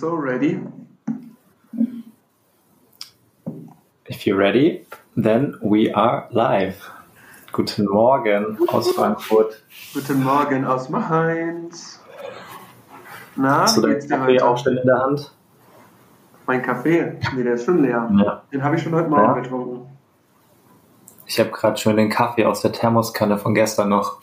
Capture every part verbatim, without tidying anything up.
So ready? If you're ready, then we are live. Guten Morgen aus Frankfurt. Guten Morgen aus Mainz. Na, Hast du wie deinen geht's dir Kaffee heute? auch schon in der Hand? Mein Kaffee? Nee, der ist schon leer. Ja. Den habe ich schon heute Morgen Ja. getrunken. Ich habe gerade schon den Kaffee aus der Thermoskanne von gestern noch.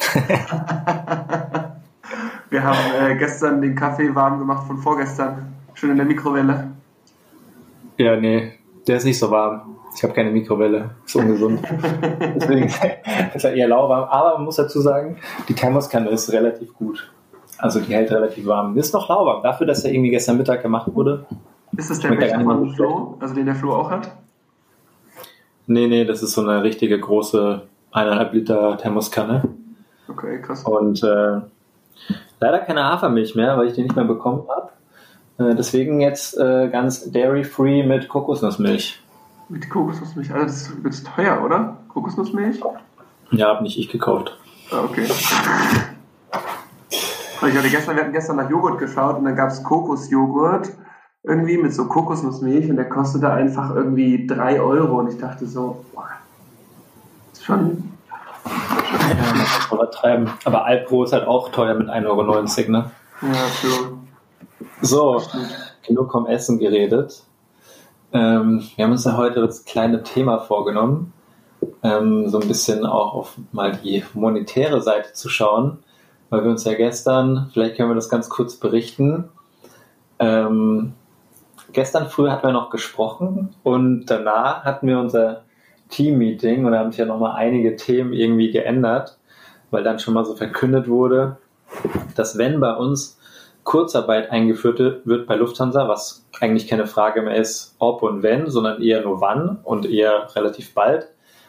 Wir haben äh, gestern den Kaffee warm gemacht von vorgestern. Schön in der Mikrowelle. Ja, nee, der ist nicht so warm. Ich habe keine Mikrowelle. Ist ungesund. Deswegen ist er eher lauwarm. Aber man muss dazu sagen, die Thermoskanne ist relativ gut. Also die hält relativ warm. Ist noch lauwarm. Dafür, dass er irgendwie gestern Mittag gemacht wurde. Ist das der Schmeckt Becher ja gar nicht von mal so Flo? Also den der Flo auch hat? Nee, nee, das ist so eine richtige große eineinhalb Liter Thermoskanne. Okay, krass. Und äh, leider keine Hafermilch mehr, weil ich die nicht mehr bekommen habe. Äh, deswegen jetzt äh, ganz dairy-free mit Kokosnussmilch. Mit Kokosnussmilch. Also das ist übelst teuer, oder? Kokosnussmilch? Ja, habe nicht ich gekauft. Ah, okay. Ich hatte gestern, wir hatten gestern nach Joghurt geschaut und dann gab es Kokosjoghurt irgendwie mit so Kokosnussmilch und der kostete einfach irgendwie drei Euro und ich dachte so, boah, das ist schon, Ja, man kann übertreiben. Aber Alpro ist halt auch teuer mit ein Euro neunzig, ne? ja, true. So, genug vom Essen geredet. Ähm, wir haben uns ja heute das kleine Thema vorgenommen, ähm, so ein bisschen auch auf mal die monetäre Seite zu schauen, weil wir uns ja gestern, vielleicht können wir das ganz kurz berichten, ähm, gestern früh hatten wir noch gesprochen und danach hatten wir unser Team-Meeting und da haben sich ja nochmal einige Themen irgendwie geändert, weil dann schon mal so verkündet wurde, dass wenn bei uns Kurzarbeit eingeführt wird bei Lufthansa, was eigentlich keine Frage mehr ist, ob und wenn, sondern eher nur wann und eher relativ bald,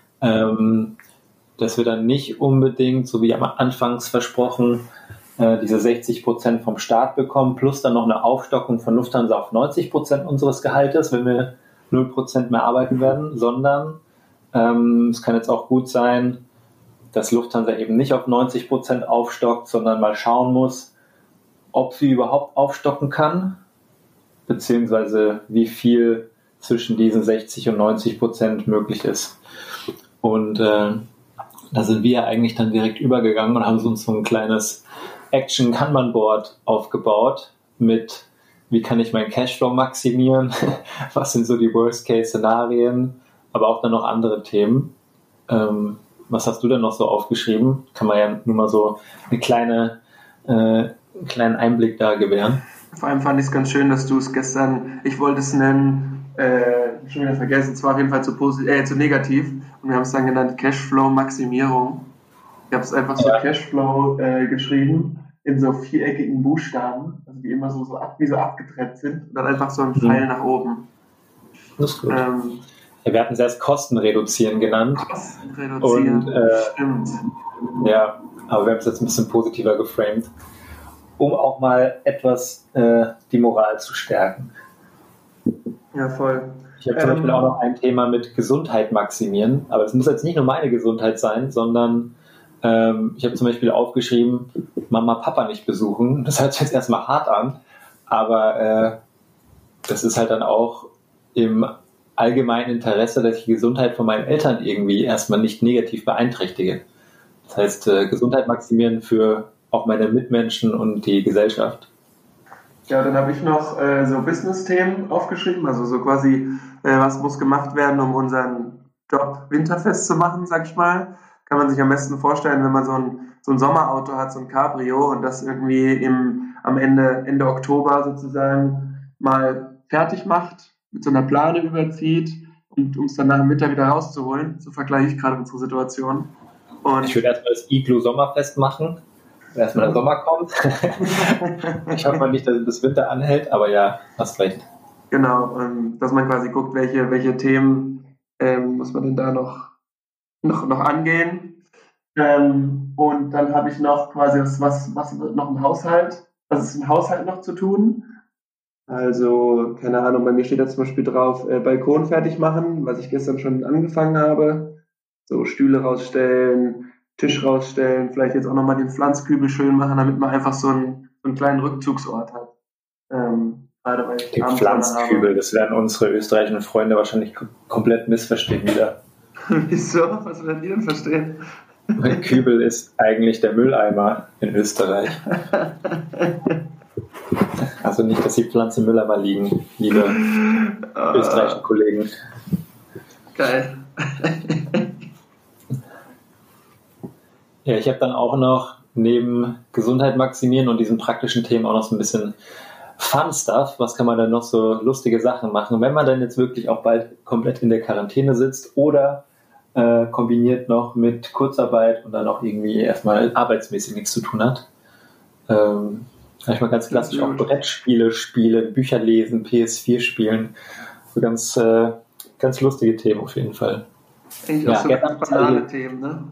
ähm, dass wir dann nicht unbedingt, so wie am Anfangs versprochen, äh, diese sechzig Prozent vom Staat bekommen, plus dann noch eine Aufstockung von Lufthansa auf neunzig Prozent unseres Gehaltes, wenn wir null Prozent mehr arbeiten werden, sondern ähm, es kann jetzt auch gut sein, dass Lufthansa eben nicht auf neunzig Prozent aufstockt, sondern mal schauen muss, ob sie überhaupt aufstocken kann, beziehungsweise wie viel zwischen diesen sechzig und neunzig Prozent möglich ist. Und äh, da sind wir eigentlich dann direkt übergegangen und haben uns so ein kleines Action-Kanban-Board aufgebaut mit, wie kann ich meinen Cashflow maximieren, was sind so die Worst-Case-Szenarien, aber auch dann noch andere Themen. Ähm, was hast du denn noch so aufgeschrieben? Kann man ja nur mal so eine kleine äh, einen kleinen Einblick da gewähren. Vor allem fand ich es ganz schön, dass du es gestern, ich wollte es nennen, äh, schon wieder vergessen, es war auf jeden Fall zu, posit- äh, zu negativ und wir haben es dann genannt Cashflow-Maximierung. Ich habe es einfach so Ja. Cashflow äh, geschrieben in so viereckigen Buchstaben, also die immer so, so, ab, wie so abgetrennt sind und dann einfach so ein Mhm. Pfeil nach oben. Das ist gut. Ähm, Ja, wir hatten es erst Kosten reduzieren genannt. Kosten reduzieren, Und, äh, stimmt. Ja, aber wir haben es jetzt ein bisschen positiver geframed, um auch mal etwas äh, die Moral zu stärken. Ja, voll. Ich habe zum Ähm, Beispiel auch noch ein Thema mit Gesundheit maximieren, aber es muss jetzt nicht nur meine Gesundheit sein, sondern ähm, ich habe zum Beispiel aufgeschrieben, Mama, Papa nicht besuchen. Das hört sich jetzt erstmal hart an, aber äh, das ist halt dann auch im allgemeinen Interesse, dass ich die Gesundheit von meinen Eltern irgendwie erstmal nicht negativ beeinträchtige. Das heißt, äh, Gesundheit maximieren für auch meine Mitmenschen und die Gesellschaft. Ja, dann habe ich noch äh, so Business-Themen aufgeschrieben, also so quasi, äh, was muss gemacht werden, um unseren Job winterfest zu machen, sag ich mal. Kann man sich am besten vorstellen, wenn man so ein, so ein Sommerauto hat, so ein Cabrio und das irgendwie im, am Ende, Ende Oktober sozusagen mal fertig macht, mit so einer Plane überzieht und um es dann nach dem Winter wieder rauszuholen. So vergleiche ich gerade unsere Situation. Und Ich würde erstmal das Iglu Sommerfest machen, wenn erstmal der Sommer kommt. Ich hoffe mal nicht, dass es bis Winter anhält, aber ja, hast recht. Genau, ähm, dass man quasi guckt, welche, welche Themen ähm, muss man denn da noch, noch, noch angehen. Ähm, und dann habe ich noch quasi, was, was, was wird noch im Haushalt? Was ist im Haushalt noch zu tun? Also, keine Ahnung, bei mir steht da zum Beispiel drauf, äh, Balkon fertig machen, was ich gestern schon angefangen habe. So Stühle rausstellen, Tisch rausstellen, vielleicht jetzt auch nochmal den Pflanzkübel schön machen, damit man einfach so einen, so einen kleinen Rückzugsort hat. Ähm, Gerade weil ich Die abends Pflanzkübel, habe. das werden unsere österreichischen Freunde wahrscheinlich kom- komplett missverstehen wieder. Wieso? Was werden die denn verstehen? Weil Kübel ist eigentlich der Mülleimer in Österreich. Also nicht, dass die Pflanzen im Mülleimer liegen, liebe Ah, österreichischen Kollegen. geil. Ja, ich habe dann auch noch neben Gesundheit maximieren und diesen praktischen Themen auch noch so ein bisschen Fun-Stuff. Was kann man denn noch so lustige Sachen machen, wenn man dann jetzt wirklich auch bald komplett in der Quarantäne sitzt oder äh, kombiniert noch mit Kurzarbeit und dann auch irgendwie erstmal arbeitsmäßig nichts zu tun hat. Ähm, kann ich mal ganz klassisch auch Brettspiele spielen, Bücher lesen, P S vier spielen. So ganz, äh, ganz lustige Themen auf jeden Fall. Eigentlich Ja, auch so gestern- ganz banale Themen, ne?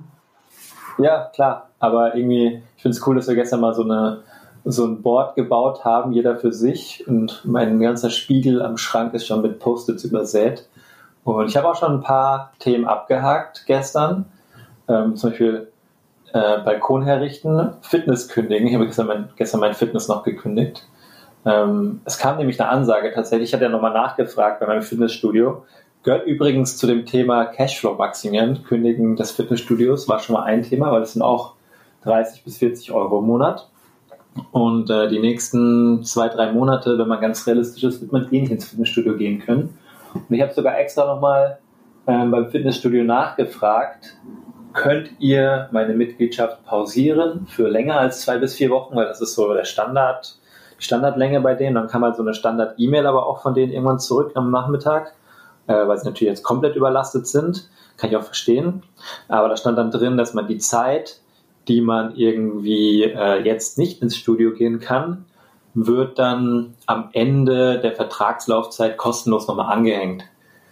Ja, klar. Aber irgendwie, ich finde es cool, dass wir gestern mal so eine so ein Board gebaut haben, jeder für sich. Und mein ganzer Spiegel am Schrank ist schon mit Post-its übersät. Und ich habe auch schon ein paar Themen abgehakt gestern. Ähm, zum Beispiel äh, Balkon herrichten, Fitness kündigen. Ich habe gestern mein, gestern mein Fitness noch gekündigt. Ähm, es kam nämlich eine Ansage tatsächlich. Ich hatte ja nochmal nachgefragt bei meinem Fitnessstudio. Gehört übrigens zu dem Thema Cashflow maximieren. Kündigen des Fitnessstudios war schon mal ein Thema, weil es sind auch dreißig bis vierzig Euro im Monat. Und äh, die nächsten zwei, drei Monate, wenn man ganz realistisch ist, wird man eh nicht ins Fitnessstudio gehen können. Und ich habe sogar extra nochmal ähm, beim Fitnessstudio nachgefragt, könnt ihr meine Mitgliedschaft pausieren für länger als zwei bis vier Wochen, weil das ist so der Standard, die Standardlänge bei denen. Dann kam halt so eine Standard-E-Mail aber auch von denen irgendwann zurück am Nachmittag, äh, weil sie natürlich jetzt komplett überlastet sind. Kann ich auch verstehen. Aber da stand dann drin, dass man die Zeit, die man irgendwie äh, jetzt nicht ins Studio gehen kann, wird dann am Ende der Vertragslaufzeit kostenlos nochmal angehängt.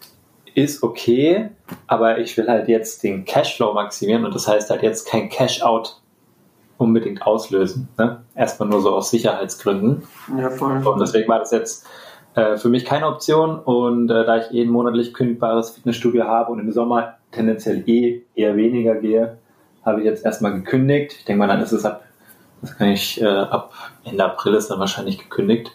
Ist okay, aber ich will halt jetzt den Cashflow maximieren und das heißt halt jetzt kein Cash-Out unbedingt auslösen. Ne? Erstmal nur so aus Sicherheitsgründen. Ja, voll. Und deswegen war das jetzt äh, für mich keine Option und äh, da ich eh ein monatlich kündbares Fitnessstudio habe und im Sommer tendenziell eh eher weniger gehe, habe ich jetzt erstmal gekündigt. Ich denke mal, dann ist es ab, das kann ich, äh, ab Ende April ist dann wahrscheinlich gekündigt.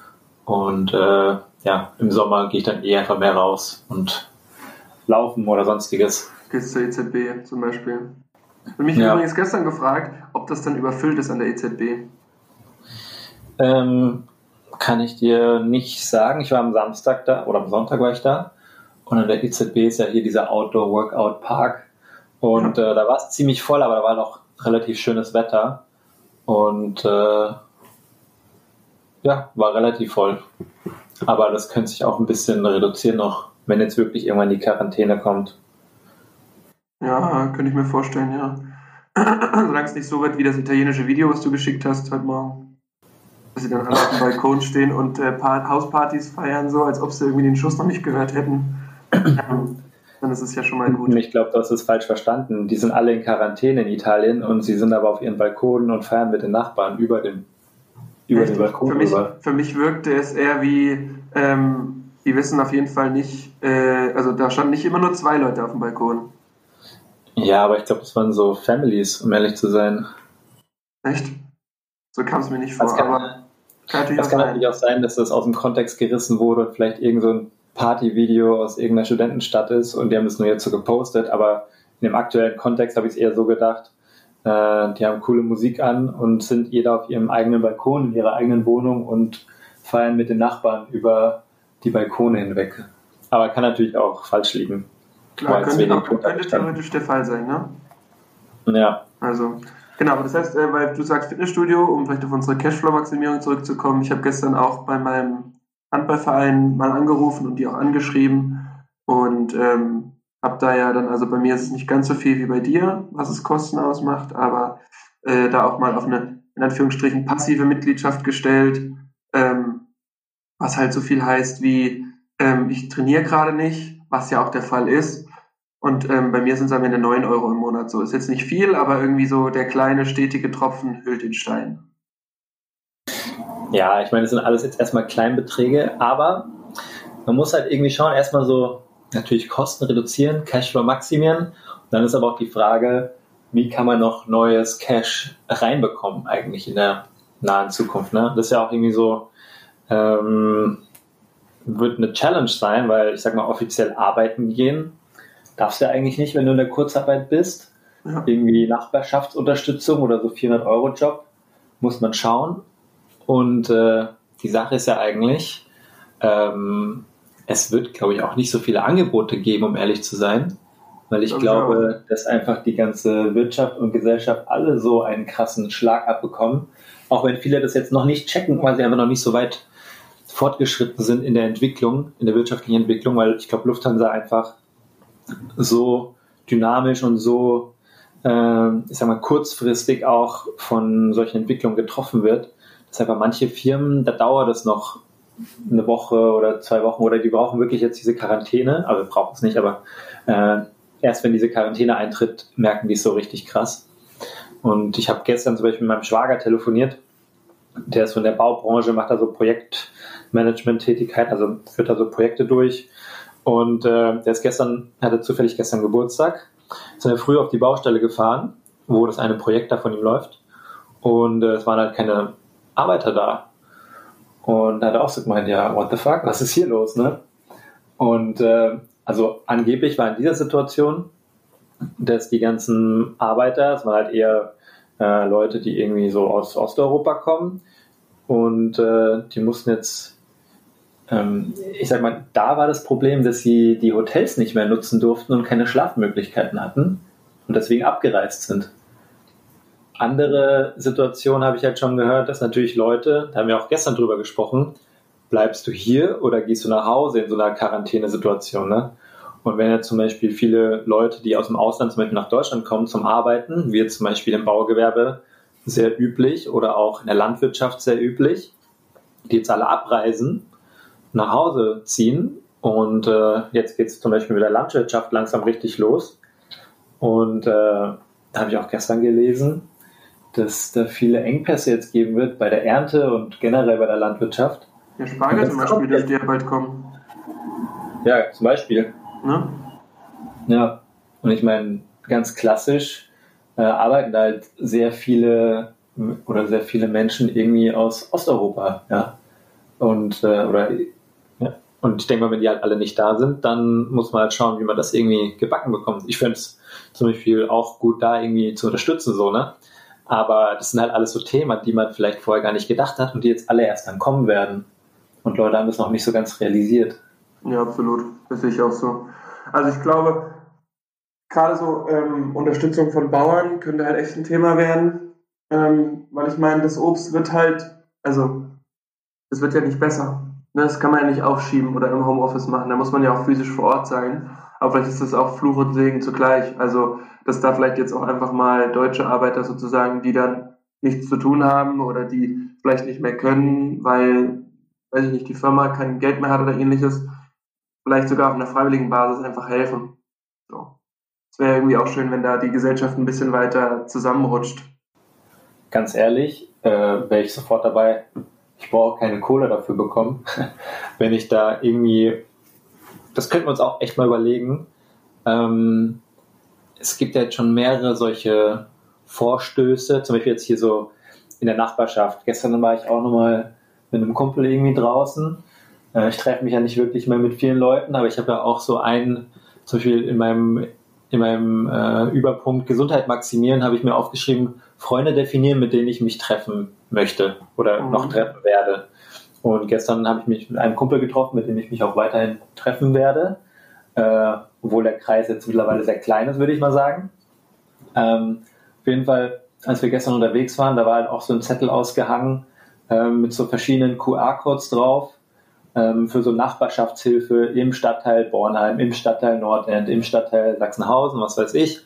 Und äh, ja, im Sommer gehe ich dann eh einfach mehr raus und laufen oder sonstiges. Gehst zur E Z B zum Beispiel. Und mich Ja. übrigens gestern gefragt, ob das dann überfüllt ist an der E Z B. Ähm, kann ich dir nicht sagen. Ich war am Samstag da oder am Sonntag war ich da. Und an der E Z B ist ja hier dieser Outdoor-Workout-Park. Und äh, da war es ziemlich voll, aber da war noch relativ schönes Wetter. Und äh, ja, war relativ voll. Aber das könnte sich auch ein bisschen reduzieren noch, wenn jetzt wirklich irgendwann die Quarantäne kommt. Ja, könnte ich mir vorstellen, ja. Solange es nicht so wird wie das italienische Video, was du geschickt hast heute Morgen. Dass sie dann alle auf dem Balkon stehen und äh, Pa- Hauspartys feiern, so als ob sie irgendwie den Schuss noch nicht gehört hätten. Ähm, dann ist es ja schon mal gut. Und ich glaube, du hast es falsch verstanden. Die sind alle in Quarantäne in Italien und sie sind aber auf ihren Balkonen und feiern mit den Nachbarn über den, über den Balkon Für mich, rüber. für mich wirkte es eher wie, ähm, die wissen auf jeden Fall nicht, äh, also da standen nicht immer nur zwei Leute auf dem Balkon. Ja, aber ich glaube, das waren so Families, um ehrlich zu sein. Echt? So kam es mir nicht vor, Das kann, aber kann natürlich das auch kann sein. natürlich auch sein, dass das aus dem Kontext gerissen wurde und vielleicht irgend so ein Partyvideo aus irgendeiner Studentenstadt ist und die haben es nur jetzt so gepostet, aber in dem aktuellen Kontext habe ich es eher so gedacht, äh, die haben coole Musik an und sind jeder auf ihrem eigenen Balkon in ihrer eigenen Wohnung und feiern mit den Nachbarn über die Balkone hinweg. Aber kann natürlich auch falsch liegen. Klar, Weil es könnte, wenig auch, könnte Kontakt stand. theoretisch der Fall sein, ne? Ja, Also, genau, aber das heißt, äh, weil du sagst Fitnessstudio, um vielleicht auf unsere Cashflow-Maximierung zurückzukommen, ich habe gestern auch bei meinem Handballverein mal angerufen und die auch angeschrieben und ähm, habe da ja dann, also bei mir ist es nicht ganz so viel wie bei dir, was es Kosten ausmacht, aber äh, da auch mal auf eine, in Anführungsstrichen, passive Mitgliedschaft gestellt, ähm, was halt so viel heißt wie, ähm, ich trainiere gerade nicht, was ja auch der Fall ist. Und ähm, bei mir sind es am Ende neun Euro im Monat. So ist jetzt nicht viel, aber irgendwie so der kleine, stetige Tropfen hüllt den Stein. ja, ich meine, das sind alles jetzt erstmal Kleinbeträge, aber man muss halt irgendwie schauen, erstmal so natürlich Kosten reduzieren, Cashflow maximieren. Und dann ist aber auch die Frage, wie kann man noch neues Cash reinbekommen eigentlich in der nahen Zukunft. Ne? Das ist ja auch irgendwie so Ähm, wird eine Challenge sein, weil ich sag mal, offiziell arbeiten gehen darfst du ja eigentlich nicht, wenn du in der Kurzarbeit bist. Ja. Irgendwie Nachbarschaftsunterstützung oder so vierhundert-Euro-Job muss man schauen. Und äh, die Sache ist ja eigentlich, ähm, es wird, glaube ich, auch nicht so viele Angebote geben, um ehrlich zu sein. Weil ich glaube, dass einfach die ganze Wirtschaft und Gesellschaft alle so einen krassen Schlag abbekommen. Auch wenn viele das jetzt noch nicht checken, weil sie einfach noch nicht so weit fortgeschritten sind in der Entwicklung, in der wirtschaftlichen Entwicklung, weil ich glaube, Lufthansa einfach so dynamisch und so, äh, ich sag mal, kurzfristig auch von solchen Entwicklungen getroffen wird. Deshalb bei manche Firmen, da dauert es noch eine Woche oder zwei Wochen oder die brauchen wirklich jetzt diese Quarantäne, also brauchen es nicht, aber äh, erst wenn diese Quarantäne eintritt, merken die es so richtig krass. Und ich habe gestern zum Beispiel mit meinem Schwager telefoniert, der ist von der Baubranche, macht da so Projektmanagement-Tätigkeit, also führt da so Projekte durch. Und äh, der ist gestern, hatte zufällig gestern Geburtstag, ist dann früh auf die Baustelle gefahren, wo das eine Projekt da von ihm läuft. Und äh, es waren halt keine Arbeiter da. Und da hat er auch so gemeint, ja, what the fuck, was ist hier los, ne? Und äh, also angeblich war in dieser Situation, dass die ganzen Arbeiter, es waren halt eher äh, Leute, die irgendwie so aus Osteuropa kommen und äh, die mussten jetzt, ähm, ich sag mal, da war das Problem, dass sie die Hotels nicht mehr nutzen durften und keine Schlafmöglichkeiten hatten und deswegen abgereist sind. Andere Situationen habe ich halt schon gehört, dass natürlich Leute, da haben wir auch gestern drüber gesprochen, bleibst du hier oder gehst du nach Hause in so einer Quarantänesituation, ne? Und wenn jetzt zum Beispiel viele Leute, die aus dem Ausland zum Beispiel nach Deutschland kommen zum Arbeiten, wie jetzt zum Beispiel im Baugewerbe sehr üblich oder auch in der Landwirtschaft sehr üblich, die jetzt alle abreisen, nach Hause ziehen und äh, jetzt geht es zum Beispiel mit der Landwirtschaft langsam richtig los. Und äh, da habe ich auch gestern gelesen, dass da viele Engpässe jetzt geben wird bei der Ernte und generell bei der Landwirtschaft. Der Spargel zum Beispiel, dass die ja bald kommen. Ja, zum Beispiel. Ne? Ja, und ich meine, ganz klassisch äh, arbeiten da halt sehr viele oder sehr viele Menschen irgendwie aus Osteuropa, ja. Und, äh, oder, ja. Und ich denke mal, wenn die halt alle nicht da sind, dann muss man halt schauen, wie man das irgendwie gebacken bekommt. Ich finde es zum Beispiel auch gut, da irgendwie zu unterstützen, so, ne? Aber das sind halt alles so Themen, die man vielleicht vorher gar nicht gedacht hat und die jetzt alle erst dann kommen werden. Und Leute haben das noch nicht so ganz realisiert. Ja, absolut. Das sehe ich auch so. Also ich glaube, gerade so ähm, Unterstützung von Bauern könnte halt echt ein Thema werden. Ähm, weil ich meine, das Obst wird halt, also es wird ja nicht besser. Ne? Das kann man ja nicht aufschieben oder im Homeoffice machen. Da muss man ja auch physisch vor Ort sein. Aber vielleicht ist das auch Fluch und Segen zugleich. Also, dass da vielleicht jetzt auch einfach mal deutsche Arbeiter sozusagen, die dann nichts zu tun haben oder die vielleicht nicht mehr können, weil, weiß ich nicht, die Firma kein Geld mehr hat oder ähnliches, vielleicht sogar auf einer freiwilligen Basis einfach helfen. So. Es wäre irgendwie auch schön, wenn da die Gesellschaft ein bisschen weiter zusammenrutscht. Ganz ehrlich, äh, wäre ich sofort dabei. Ich brauche keine Kohle dafür bekommen, wenn ich da irgendwie, das könnten wir uns auch echt mal überlegen. Ähm, es gibt ja jetzt schon mehrere solche Vorstöße, zum Beispiel jetzt hier so in der Nachbarschaft. Gestern war ich auch nochmal mit einem Kumpel irgendwie draußen. Äh, ich treffe mich ja nicht wirklich mehr mit vielen Leuten, aber ich habe ja auch so einen, zum Beispiel in meinem, in meinem äh, Überpunkt Gesundheit maximieren, habe ich mir aufgeschrieben, Freunde definieren, mit denen ich mich treffen möchte oder mhm. noch treffen werde. Und gestern habe ich mich mit einem Kumpel getroffen, mit dem ich mich auch weiterhin treffen werde, äh, obwohl der Kreis jetzt mittlerweile sehr klein ist, würde ich mal sagen. Ähm, auf jeden Fall, als wir gestern unterwegs waren, da war halt auch so ein Zettel ausgehangen äh, mit so verschiedenen Q R-Codes drauf ähm, für so Nachbarschaftshilfe im Stadtteil Bornheim, im Stadtteil Nordend, im Stadtteil Sachsenhausen, was weiß ich.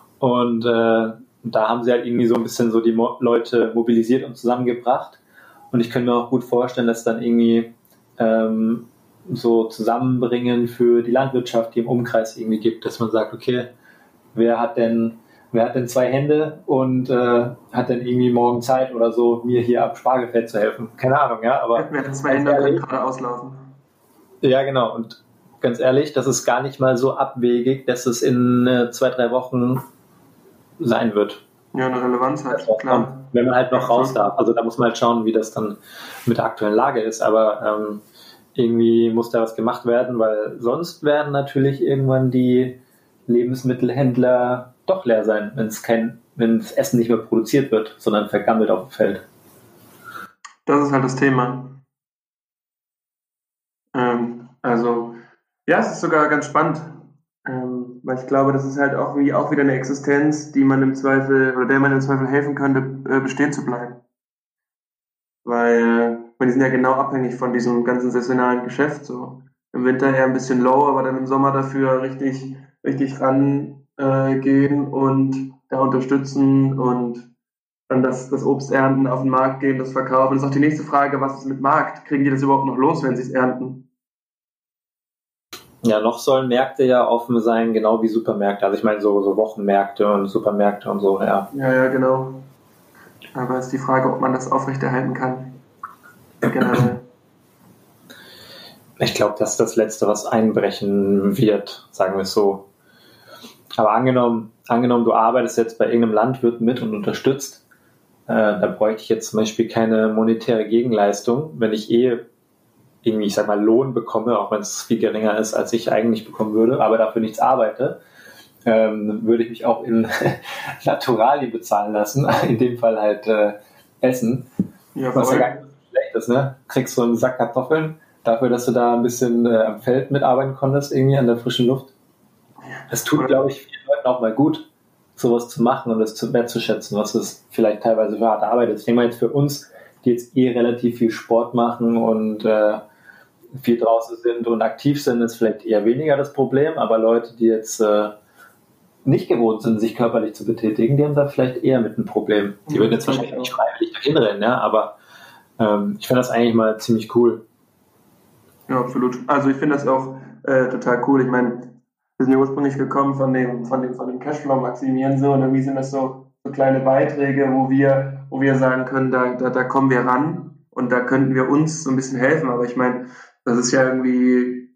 Und äh, da haben sie halt irgendwie so ein bisschen so die Mo- Leute mobilisiert und zusammengebracht. Und ich könnte mir auch gut vorstellen, dass dann irgendwie ähm, so Zusammenbringen für die Landwirtschaft, die im Umkreis irgendwie gibt, dass man sagt, okay, wer hat denn, wer hat denn zwei Hände und äh, hat denn irgendwie morgen Zeit oder so, mir hier am Spargelfeld zu helfen? Keine Ahnung, ja, aber... Wer hat zwei Hände, können gerade auslaufen. Ja, genau. Und ganz ehrlich, das ist gar nicht mal so abwegig, dass es in äh, zwei, drei Wochen sein wird. Ja, eine Relevanz hat, klar. wenn man halt noch raus darf. Also da muss man halt schauen, wie das dann mit der aktuellen Lage ist. Aber ähm, irgendwie muss da was gemacht werden, weil sonst werden natürlich irgendwann die Lebensmittelhändler doch leer sein, wenn es kein, wenn das Essen nicht mehr produziert wird, sondern vergammelt auf dem Feld. Das ist halt das Thema. Ähm, also, ja, es ist sogar ganz spannend, ähm, weil ich glaube, das ist halt auch, wie, auch wieder eine Existenz, die man im Zweifel, oder der man im Zweifel helfen könnte, äh, bestehen zu bleiben. Weil, äh, die sind ja genau abhängig von diesem ganzen saisonalen Geschäft, so. Im Winter eher ein bisschen low, aber dann im Sommer dafür richtig, richtig ran äh, gehen und da unterstützen und dann das, das Obst ernten, auf den Markt gehen, das verkaufen. Das ist auch die nächste Frage, was ist mit Markt? Kriegen die das überhaupt noch los, wenn sie es ernten? Ja, noch sollen Märkte ja offen sein, genau wie Supermärkte. Also ich meine so, so Wochenmärkte und Supermärkte und so, ja. Ja, ja, genau. Aber es ist die Frage, ob man das aufrechterhalten kann. Generell. Ich glaube, das ist das Letzte, was einbrechen wird, sagen wir es so. Aber angenommen, angenommen, du arbeitest jetzt bei irgendeinem Landwirt mit und unterstützt, äh, da bräuchte ich jetzt zum Beispiel keine monetäre Gegenleistung, wenn ich eh irgendwie, ich sag mal, Lohn bekomme, auch wenn es viel geringer ist, als ich eigentlich bekommen würde, aber dafür nichts arbeite, ähm, würde ich mich auch in Naturalien bezahlen lassen, in dem Fall halt äh, Essen, Ja, was voll. ja gar nicht so schlecht ist, ne? Kriegst du einen Sack Kartoffeln, dafür, dass du da ein bisschen äh, am Feld mitarbeiten konntest, irgendwie an der frischen Luft. Es tut, glaube ich, vielen Leuten auch mal gut, sowas zu machen und das zu wertzuschätzen, was es vielleicht teilweise für harte Arbeit ist. Ich denke mal jetzt für uns, die jetzt eh relativ viel Sport machen und äh, viel draußen sind und aktiv sind, ist vielleicht eher weniger das Problem, aber Leute, die jetzt äh, nicht gewohnt sind, sich körperlich zu betätigen, die haben da vielleicht eher mit einem Problem. Die Ja, würden jetzt das wahrscheinlich denke ich nicht freiwillig dahin rennen, ja, aber ähm, ich finde das eigentlich mal ziemlich cool. Ja, absolut. Also ich finde das auch äh, total cool. Ich meine, wir sind ja ursprünglich gekommen von dem, von dem, von dem Cashflow maximieren so und irgendwie sind das so, so kleine Beiträge, wo wir, wo wir sagen können, da, da, da kommen wir ran und da könnten wir uns so ein bisschen helfen. Aber ich meine, das ist ja irgendwie,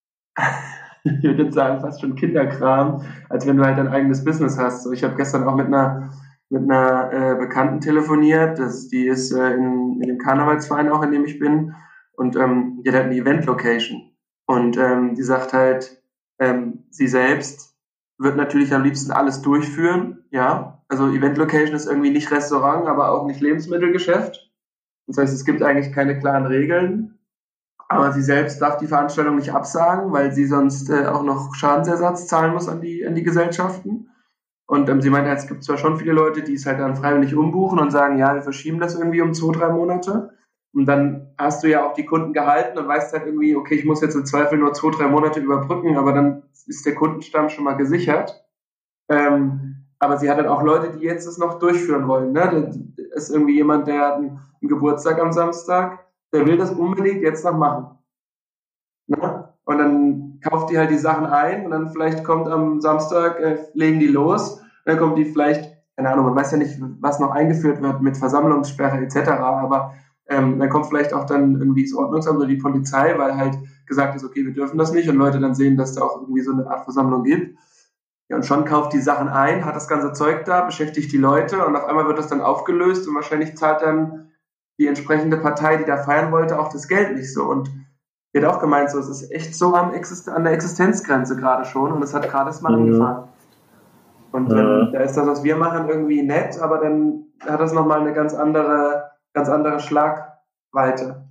ich würde jetzt sagen, fast schon Kinderkram, als wenn du halt dein eigenes Business hast. So, ich habe gestern auch mit einer mit einer äh, Bekannten telefoniert, das, die ist äh, in, in dem Karnevalsverein auch, in dem ich bin, und ähm, die hat halt eine Event-Location. Und ähm, die sagt halt, ähm, sie selbst wird natürlich am liebsten alles durchführen, ja. Also Event-Location ist irgendwie nicht Restaurant, aber auch nicht Lebensmittelgeschäft. Das heißt, es gibt eigentlich keine klaren Regeln. Aber sie selbst darf die Veranstaltung nicht absagen, weil sie sonst äh, auch noch Schadensersatz zahlen muss an die, an die Gesellschaften. Und ähm, sie meinte, es gibt zwar schon viele Leute, die es halt dann freiwillig umbuchen und sagen, ja, wir verschieben das irgendwie um zwei, drei Monate. Und dann hast du ja auch die Kunden gehalten und weißt halt irgendwie, okay, ich muss jetzt im Zweifel nur zwei, drei Monate überbrücken, aber dann ist der Kundenstamm schon mal gesichert. Ähm, aber sie hat dann auch Leute, die jetzt das noch durchführen wollen. Ne? Da ist irgendwie jemand, der hat einen, einen Geburtstag am Samstag, der will das unbedingt jetzt noch machen. Ne? Und dann kauft die halt die Sachen ein und dann vielleicht kommt am Samstag, äh, legen die los, und dann kommt die vielleicht, keine Ahnung, man weiß ja nicht, was noch eingeführt wird mit Versammlungssperre et cetera, aber ähm, dann kommt vielleicht auch dann irgendwie das Ordnungsamt oder die Polizei, weil halt gesagt ist, okay, wir dürfen das nicht und Leute dann sehen, dass da auch irgendwie so eine Art Versammlung gibt. Ja, und schon kauft die Sachen ein, hat das ganze Zeug da, beschäftigt die Leute und auf einmal wird das dann aufgelöst und wahrscheinlich zahlt dann die entsprechende Partei, die da feiern wollte, auch das Geld nicht so. Und die hat auch gemeint, so, es ist echt so am Existen- an der Existenzgrenze gerade schon und es hat gerade das mal Mhm. angefangen. Und Mhm. ähm, da ist das, was wir machen, irgendwie nett, aber dann hat das nochmal eine ganz andere, ganz andere Schlagweite.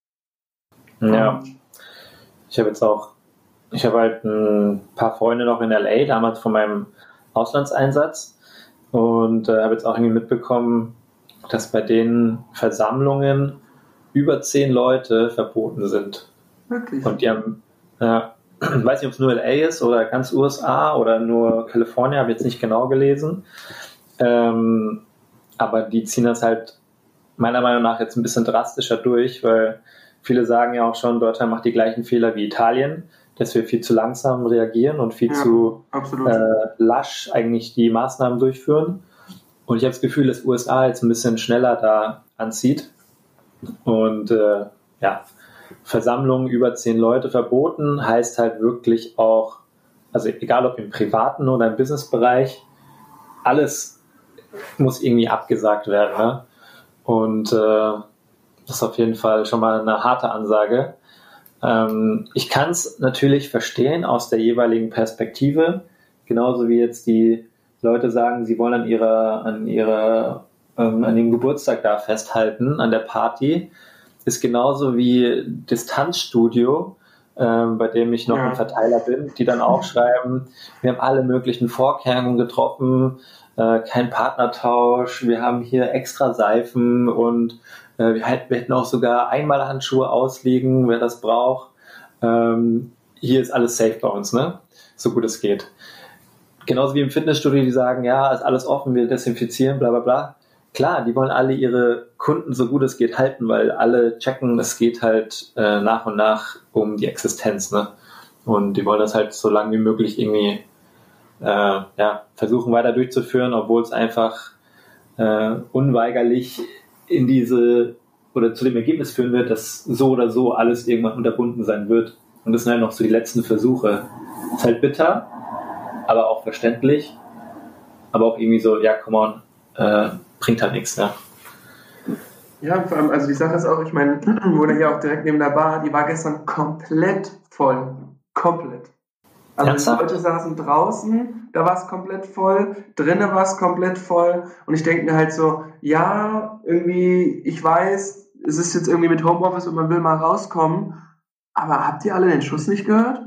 Ja, ich habe jetzt auch, ich habe halt ein paar Freunde noch in L A, damals von meinem Auslandseinsatz und äh, habe jetzt auch irgendwie mitbekommen, dass bei den Versammlungen über zehn Leute verboten sind. Wirklich. Und die haben, ja, ich weiß nicht, ob es nur L A ist oder ganz U S A oder nur Kalifornien, habe ich jetzt nicht genau gelesen. Ähm, aber die ziehen das halt meiner Meinung nach jetzt ein bisschen drastischer durch, weil viele sagen ja auch schon, Deutschland macht die gleichen Fehler wie Italien, dass wir viel zu langsam reagieren und viel Ja, zu absolut. äh, lasch eigentlich die Maßnahmen durchführen. Und ich habe das Gefühl, dass U S A jetzt ein bisschen schneller da anzieht. Und äh, ja, Versammlungen über zehn Leute verboten heißt halt wirklich auch, also egal ob im privaten oder im Businessbereich, alles muss irgendwie abgesagt werden. Ne? Und äh, das ist auf jeden Fall schon mal eine harte Ansage. Ähm, ich kann es natürlich verstehen aus der jeweiligen Perspektive, genauso wie jetzt die Leute sagen, sie wollen an ihrer, an ihrer, ähm, an dem Geburtstag da festhalten, an der Party, ist genauso wie Distanzstudio, ähm, bei dem ich noch Ja. ein Verteiler bin, die dann auch schreiben, wir haben alle möglichen Vorkehrungen getroffen, äh, kein Partnertausch, wir haben hier extra Seifen und äh, wir, halt, wir hätten auch sogar Einmalhandschuhe ausliegen, wer das braucht. Ähm, hier ist alles safe bei uns, ne? So gut es geht. Genauso wie im Fitnessstudio, die sagen, ja, ist alles offen, wir desinfizieren, bla bla bla. Klar, die wollen alle ihre Kunden so gut es geht halten, weil alle checken, es geht halt äh, nach und nach um die Existenz, ne? Und die wollen das halt so lange wie möglich irgendwie äh, ja, versuchen weiter durchzuführen, obwohl es einfach äh, unweigerlich in diese oder zu dem Ergebnis führen wird, dass so oder so alles irgendwann unterbunden sein wird. Und das sind halt noch so die letzten Versuche. Ist halt bitter, aber auch verständlich, aber auch irgendwie so, ja, come on, äh, bringt halt nichts, ja. Ja, vor allem, also die Sache ist auch, ich meine, wurde hier auch direkt neben der Bar, die war gestern komplett voll. Komplett. Also Ernsthaft? die Leute saßen draußen, da war es komplett voll, drinnen war es komplett voll und ich denke mir halt so, ja, irgendwie, ich weiß, es ist jetzt irgendwie mit Homeoffice und man will mal rauskommen, aber habt ihr alle den Schuss nicht gehört?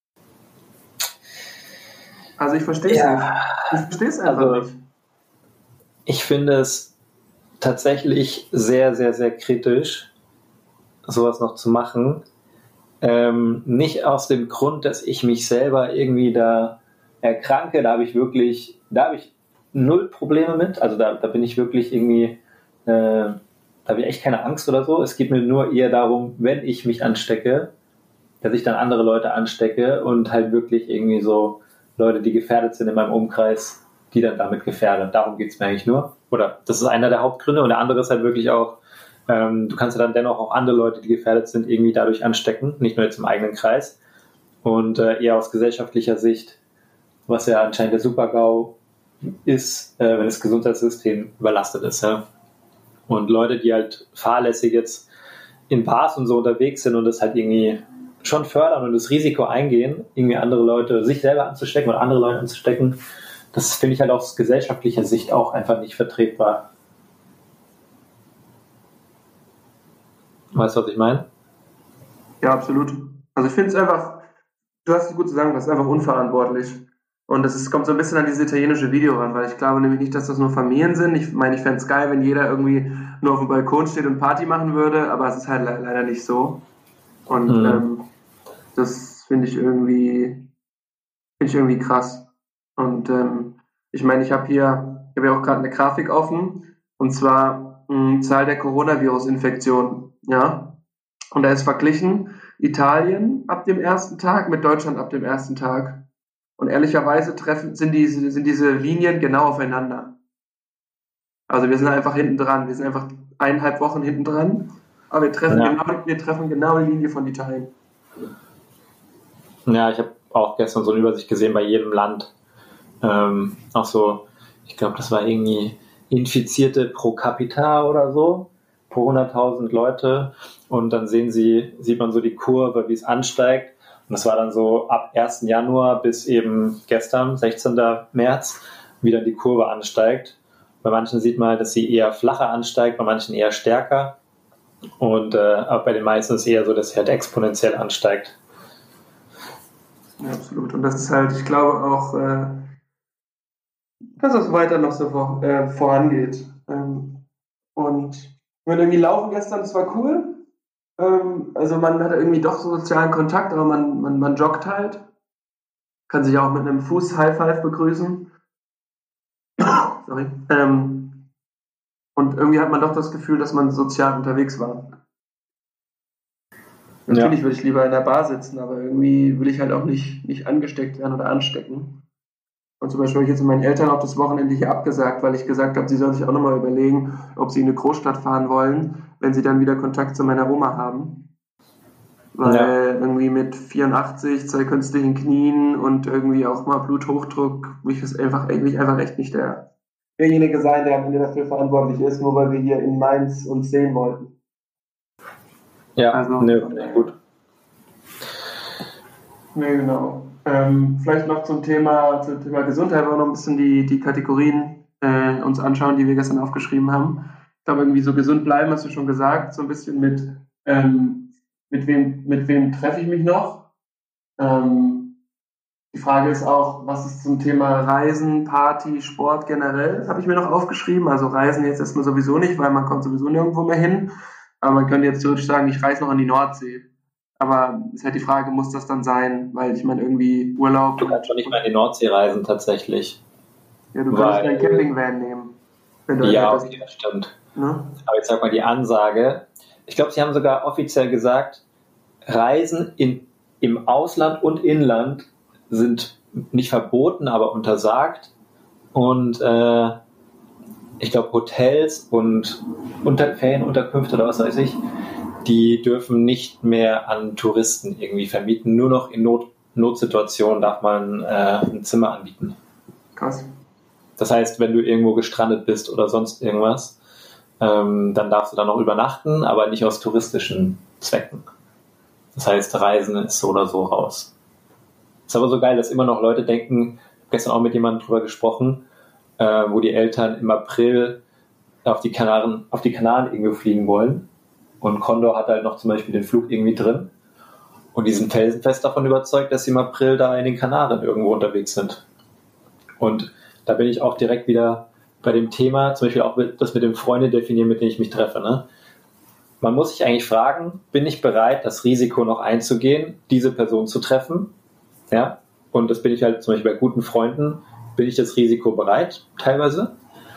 Also ich verstehe es Ja. nicht. Ich verstehe es einfach Also, nicht. Ich finde es tatsächlich sehr, sehr, sehr kritisch, sowas noch zu machen. Ähm, nicht aus dem Grund, dass ich mich selber irgendwie da erkranke, da habe ich wirklich, da habe ich null Probleme mit, also da, da bin ich wirklich irgendwie, äh, da habe ich echt keine Angst oder so. Es geht mir nur eher darum, wenn ich mich anstecke, dass ich dann andere Leute anstecke und halt wirklich irgendwie so Leute, die gefährdet sind in meinem Umkreis, die dann damit gefährden. Darum geht es mir eigentlich nur. Oder das ist einer der Hauptgründe und der andere ist halt wirklich auch, ähm, du kannst ja dann dennoch auch andere Leute, die gefährdet sind, irgendwie dadurch anstecken, nicht nur jetzt im eigenen Kreis. Und äh, eher aus gesellschaftlicher Sicht, was ja anscheinend der Super-GAU ist, äh, wenn das Gesundheitssystem überlastet ist. Ja? Und Leute, die halt fahrlässig jetzt in Bars und so unterwegs sind und das halt irgendwie schon fördern und das Risiko eingehen, irgendwie andere Leute, sich selber anzustecken oder andere Leute anzustecken, das finde ich halt aus gesellschaftlicher Sicht auch einfach nicht vertretbar. Weißt du, was ich meine? Ja, absolut. Also ich finde es einfach, du hast es gut zusammengefasst, es ist einfach unverantwortlich. Und es ist, kommt so ein bisschen an dieses italienische Video ran, weil ich glaube nämlich nicht, dass das nur Familien sind. Ich meine, ich fände es geil, wenn jeder irgendwie nur auf dem Balkon steht und Party machen würde, aber es ist halt le- leider nicht so. Und Mhm. ähm, das finde ich irgendwie, finde ich irgendwie krass. Und ähm, ich meine, ich habe hier, ich habe ja auch gerade eine Grafik offen, und zwar mh, Zahl der Coronavirus-Infektionen, ja. Und da ist verglichen Italien ab dem ersten Tag mit Deutschland ab dem ersten Tag. Und ehrlicherweise treffen, sind diese, sind diese Linien genau aufeinander. Also wir sind einfach hinten dran. Wir sind einfach eineinhalb Wochen hinten dran. Aber wir treffen, Ja. genau, wir treffen genau die Linie von Italien. Ja, ich habe auch gestern so eine Übersicht gesehen bei jedem Land. Ähm, auch so, ich glaube, das war irgendwie Infizierte pro Capita oder so, pro hunderttausend Leute. Und dann sehen sie, sieht man so die Kurve, wie es ansteigt. Und das war dann so ab ersten Januar bis eben gestern, sechzehnten März, wie dann die Kurve ansteigt. Bei manchen sieht man, dass sie eher flacher ansteigt, bei manchen eher stärker. Und äh, aber bei den meisten ist es eher so, dass sie halt exponentiell ansteigt. Ja, absolut. Und das ist halt, ich glaube auch, äh, dass das weiter noch so vor, äh, vorangeht. Ähm, und wenn irgendwie laufen gestern, das war cool. Ähm, also man hat irgendwie doch so sozialen Kontakt, aber man, man, man joggt halt. Kann sich auch mit einem Fuß High Five begrüßen. Sorry. Ähm, und irgendwie hat man doch das Gefühl, dass man sozial unterwegs war. Natürlich Ja. würde ich lieber in der Bar sitzen, aber irgendwie will ich halt auch nicht, nicht angesteckt werden oder anstecken. Und zum Beispiel habe ich jetzt mit meinen Eltern auch das Wochenende hier abgesagt, weil ich gesagt habe, sie sollen sich auch nochmal überlegen, ob sie in eine Großstadt fahren wollen, wenn sie dann wieder Kontakt zu meiner Oma haben. Weil Ja. irgendwie mit vierundachtzig, zwei künstlichen Knien und irgendwie auch mal Bluthochdruck, will ich das einfach, will ich einfach echt nicht der, derjenige sein, der am Ende dafür verantwortlich ist, nur weil wir hier in Mainz uns sehen wollten. Ja, also, ne, gut. Ne, genau. Ähm, vielleicht noch zum Thema, zum Thema Gesundheit, wir auch noch ein bisschen die, die Kategorien äh, uns anschauen, die wir gestern aufgeschrieben haben. Ich glaube, irgendwie so gesund bleiben, hast du schon gesagt, so ein bisschen mit, ähm, mit wem, mit wem treffe ich mich noch? Ähm, die Frage ist auch, was ist zum Thema Reisen, Party, Sport generell, habe ich mir noch aufgeschrieben. Also Reisen jetzt erstmal sowieso nicht, weil man kommt sowieso nirgendwo mehr hin. Aber man könnte jetzt theoretisch sagen, ich reise noch an die Nordsee. Aber ist halt die Frage, muss das dann sein? Weil ich meine, irgendwie Urlaub... Du kannst doch nicht mal in die Nordsee reisen, tatsächlich. Ja, du kannst dein Campingvan nehmen. Wenn du ja, okay, das stimmt. Ne? Aber ich sag mal, die Ansage, ich glaube, sie haben sogar offiziell gesagt, Reisen in, im Ausland und Inland sind nicht verboten, aber untersagt. Und äh, ich glaube, Hotels und Unter- Ferienunterkünfte oder was weiß ich, die dürfen nicht mehr an Touristen irgendwie vermieten. Nur noch in Not- Notsituationen darf man äh, ein Zimmer anbieten. Krass. Das heißt, wenn du irgendwo gestrandet bist oder sonst irgendwas, ähm, dann darfst du da noch übernachten, aber nicht aus touristischen Zwecken. Das heißt, Reisen ist so oder so raus. Ist aber so geil, dass immer noch Leute denken, ich habe gestern auch mit jemandem drüber gesprochen, äh, wo die Eltern im April auf die Kanaren, auf die Kanaren irgendwo fliegen wollen. Und Condor hat halt noch zum Beispiel den Flug irgendwie drin. Und die sind felsenfest davon überzeugt, dass sie im April da in den Kanaren irgendwo unterwegs sind. Und da bin ich auch direkt wieder bei dem Thema, zum Beispiel auch das mit dem Freunde definieren, mit denen ich mich treffe. Ne? Man muss sich eigentlich fragen, bin ich bereit, das Risiko noch einzugehen, diese Person zu treffen? Ja? Und das bin ich halt zum Beispiel bei guten Freunden, bin ich das Risiko bereit, teilweise.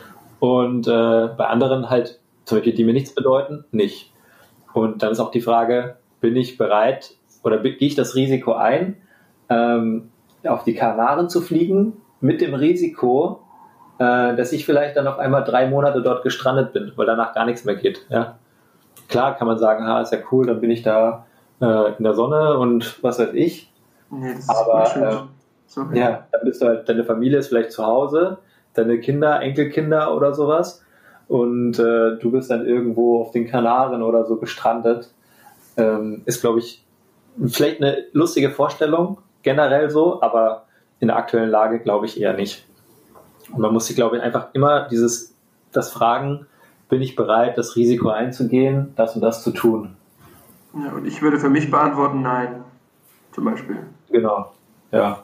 Und äh, bei anderen halt, zum Beispiel, die mir nichts bedeuten, nicht. Und dann ist auch die Frage, bin ich bereit oder gehe ich das Risiko ein, ähm, auf die Kanaren zu fliegen, mit dem Risiko, äh, dass ich vielleicht dann auf einmal drei Monate dort gestrandet bin, weil danach gar nichts mehr geht. Ja? Klar kann man sagen, ha, ist ja cool, dann bin ich da äh, in der Sonne und was weiß ich. Nee, das ist aber äh, okay. Ja, dann bist du halt, deine Familie ist vielleicht zu Hause, deine Kinder, Enkelkinder oder sowas. Und äh, du bist dann irgendwo auf den Kanaren oder so gestrandet. Ähm, ist, glaube ich, vielleicht eine lustige Vorstellung, generell so, aber in der aktuellen Lage glaube ich eher nicht. Und man muss sich, glaube ich, einfach immer dieses, das fragen, bin ich bereit, das Risiko einzugehen, das und das zu tun? Ja, und ich würde für mich beantworten, nein, zum Beispiel. Genau, ja.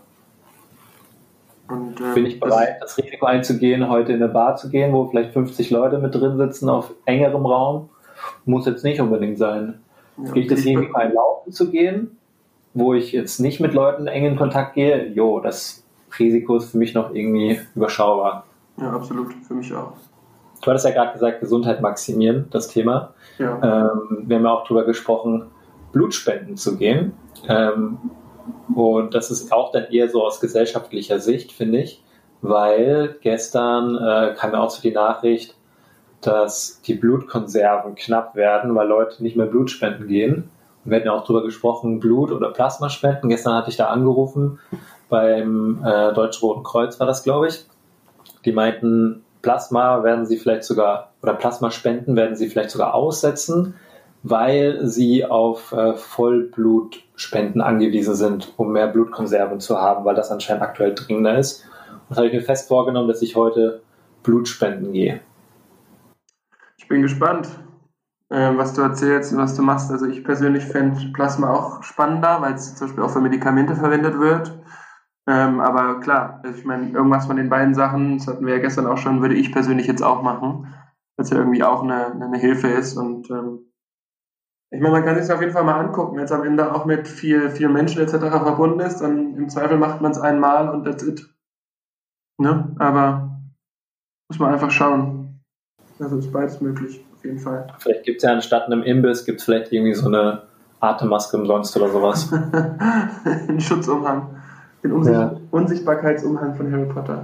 Und, ähm, bin ich bereit, das, das Risiko einzugehen, heute in eine Bar zu gehen, wo vielleicht fünfzig Leute mit drin sitzen auf engerem Raum? Muss jetzt nicht unbedingt sein. Ja, Gehe ich das Risiko ein, laufen zu gehen, wo ich jetzt nicht mit Leuten eng in Kontakt gehe? Jo, das Risiko ist für mich noch irgendwie überschaubar. Ja, absolut, für mich auch. Du hattest ja gerade gesagt, Gesundheit maximieren, das Thema. Ja. Ähm, wir haben ja auch darüber gesprochen, Blutspenden zu gehen. Ähm, Und das ist auch dann eher so aus gesellschaftlicher Sicht, finde ich, weil gestern äh, kam ja auch so die Nachricht, dass die Blutkonserven knapp werden, weil Leute nicht mehr Blut spenden gehen. Und wir hatten ja auch darüber gesprochen, Blut- oder Plasmaspenden. Gestern hatte ich da angerufen, beim äh, Deutschen Roten Kreuz war das, glaube ich. Die meinten, Plasma werden sie vielleicht sogar, oder Plasmaspenden werden sie vielleicht sogar aussetzen, weil sie auf äh, Vollblutspenden angewiesen sind, um mehr Blutkonserven zu haben, weil das anscheinend aktuell dringender ist. Und das habe ich mir fest vorgenommen, dass ich heute Blutspenden gehe. Ich bin gespannt, äh, was du erzählst und was du machst. Also ich persönlich fände Plasma auch spannender, weil es zum Beispiel auch für Medikamente verwendet wird. Ähm, aber klar, also ich meine, irgendwas von den beiden Sachen, das hatten wir ja gestern auch schon, würde ich persönlich jetzt auch machen, weil es ja irgendwie auch eine, eine Hilfe ist. Und ähm, ich meine, man kann sich es auf jeden Fall mal angucken, wenn es am Ende auch mit viel, viel Menschen et cetera verbunden ist, dann im Zweifel macht man es einmal und that's it. Ne? Aber muss man einfach schauen. Also ist beides möglich, auf jeden Fall. Vielleicht gibt es ja anstatt einem Imbiss, gibt es vielleicht irgendwie so eine Atemmaske umsonst oder sowas. Ein Schutzumhang. Den Unsicht- ja. Unsichtbarkeitsumhang von Harry Potter.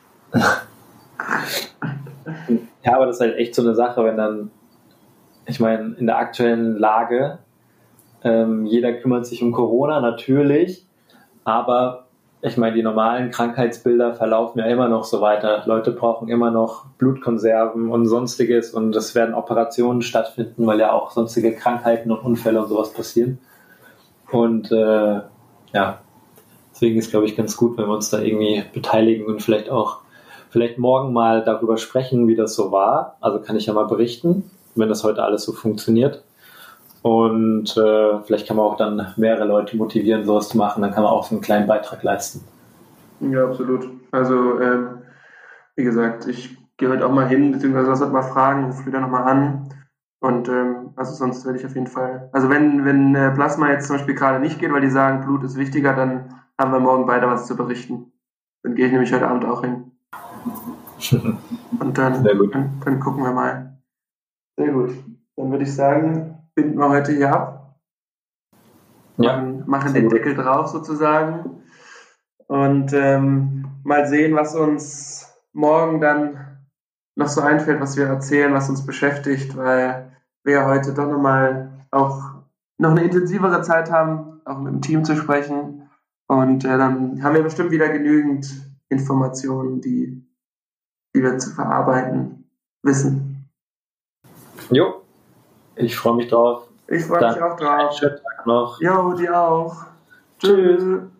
Ja, aber das ist halt echt so eine Sache, wenn dann, ich meine, in der aktuellen Lage, ähm, jeder kümmert sich um Corona, natürlich, aber ich meine, die normalen Krankheitsbilder verlaufen ja immer noch so weiter. Leute brauchen immer noch Blutkonserven und sonstiges und es werden Operationen stattfinden, weil ja auch sonstige Krankheiten und Unfälle und sowas passieren. Und äh, ja, deswegen ist, glaube ich, ganz gut, wenn wir uns da irgendwie beteiligen und vielleicht auch vielleicht morgen mal darüber sprechen, wie das so war. Also kann ich ja mal berichten, wenn das heute alles so funktioniert. Und äh, vielleicht kann man auch dann mehrere Leute motivieren, sowas zu machen. Dann kann man auch so einen kleinen Beitrag leisten. Ja, absolut. Also, ähm, wie gesagt, ich gehe heute auch mal hin, beziehungsweise was heute mal fragen, rufe wieder nochmal an. Und ähm, also sonst werde ich auf jeden Fall. Also wenn, wenn äh, Plasma jetzt zum Beispiel gerade nicht geht, weil die sagen, Blut ist wichtiger, dann haben wir morgen beide was zu berichten. Dann gehe ich nämlich heute Abend auch hin. Und dann, dann, dann gucken wir mal. Sehr gut. Dann würde ich sagen, binden wir heute hier ab. Ja, und machen den Deckel drauf sozusagen. Und ähm, mal sehen, was uns morgen dann noch so einfällt, was wir erzählen, was uns beschäftigt, weil wir ja heute doch nochmal auch noch eine intensivere Zeit haben, auch mit dem Team zu sprechen. Und äh, dann haben wir bestimmt wieder genügend Informationen, die, die wir zu verarbeiten wissen. Jo, ich freue mich drauf. Ich freue mich auch drauf. Schönen Tag noch. Jo, dir auch. Tschüss. Tschüss.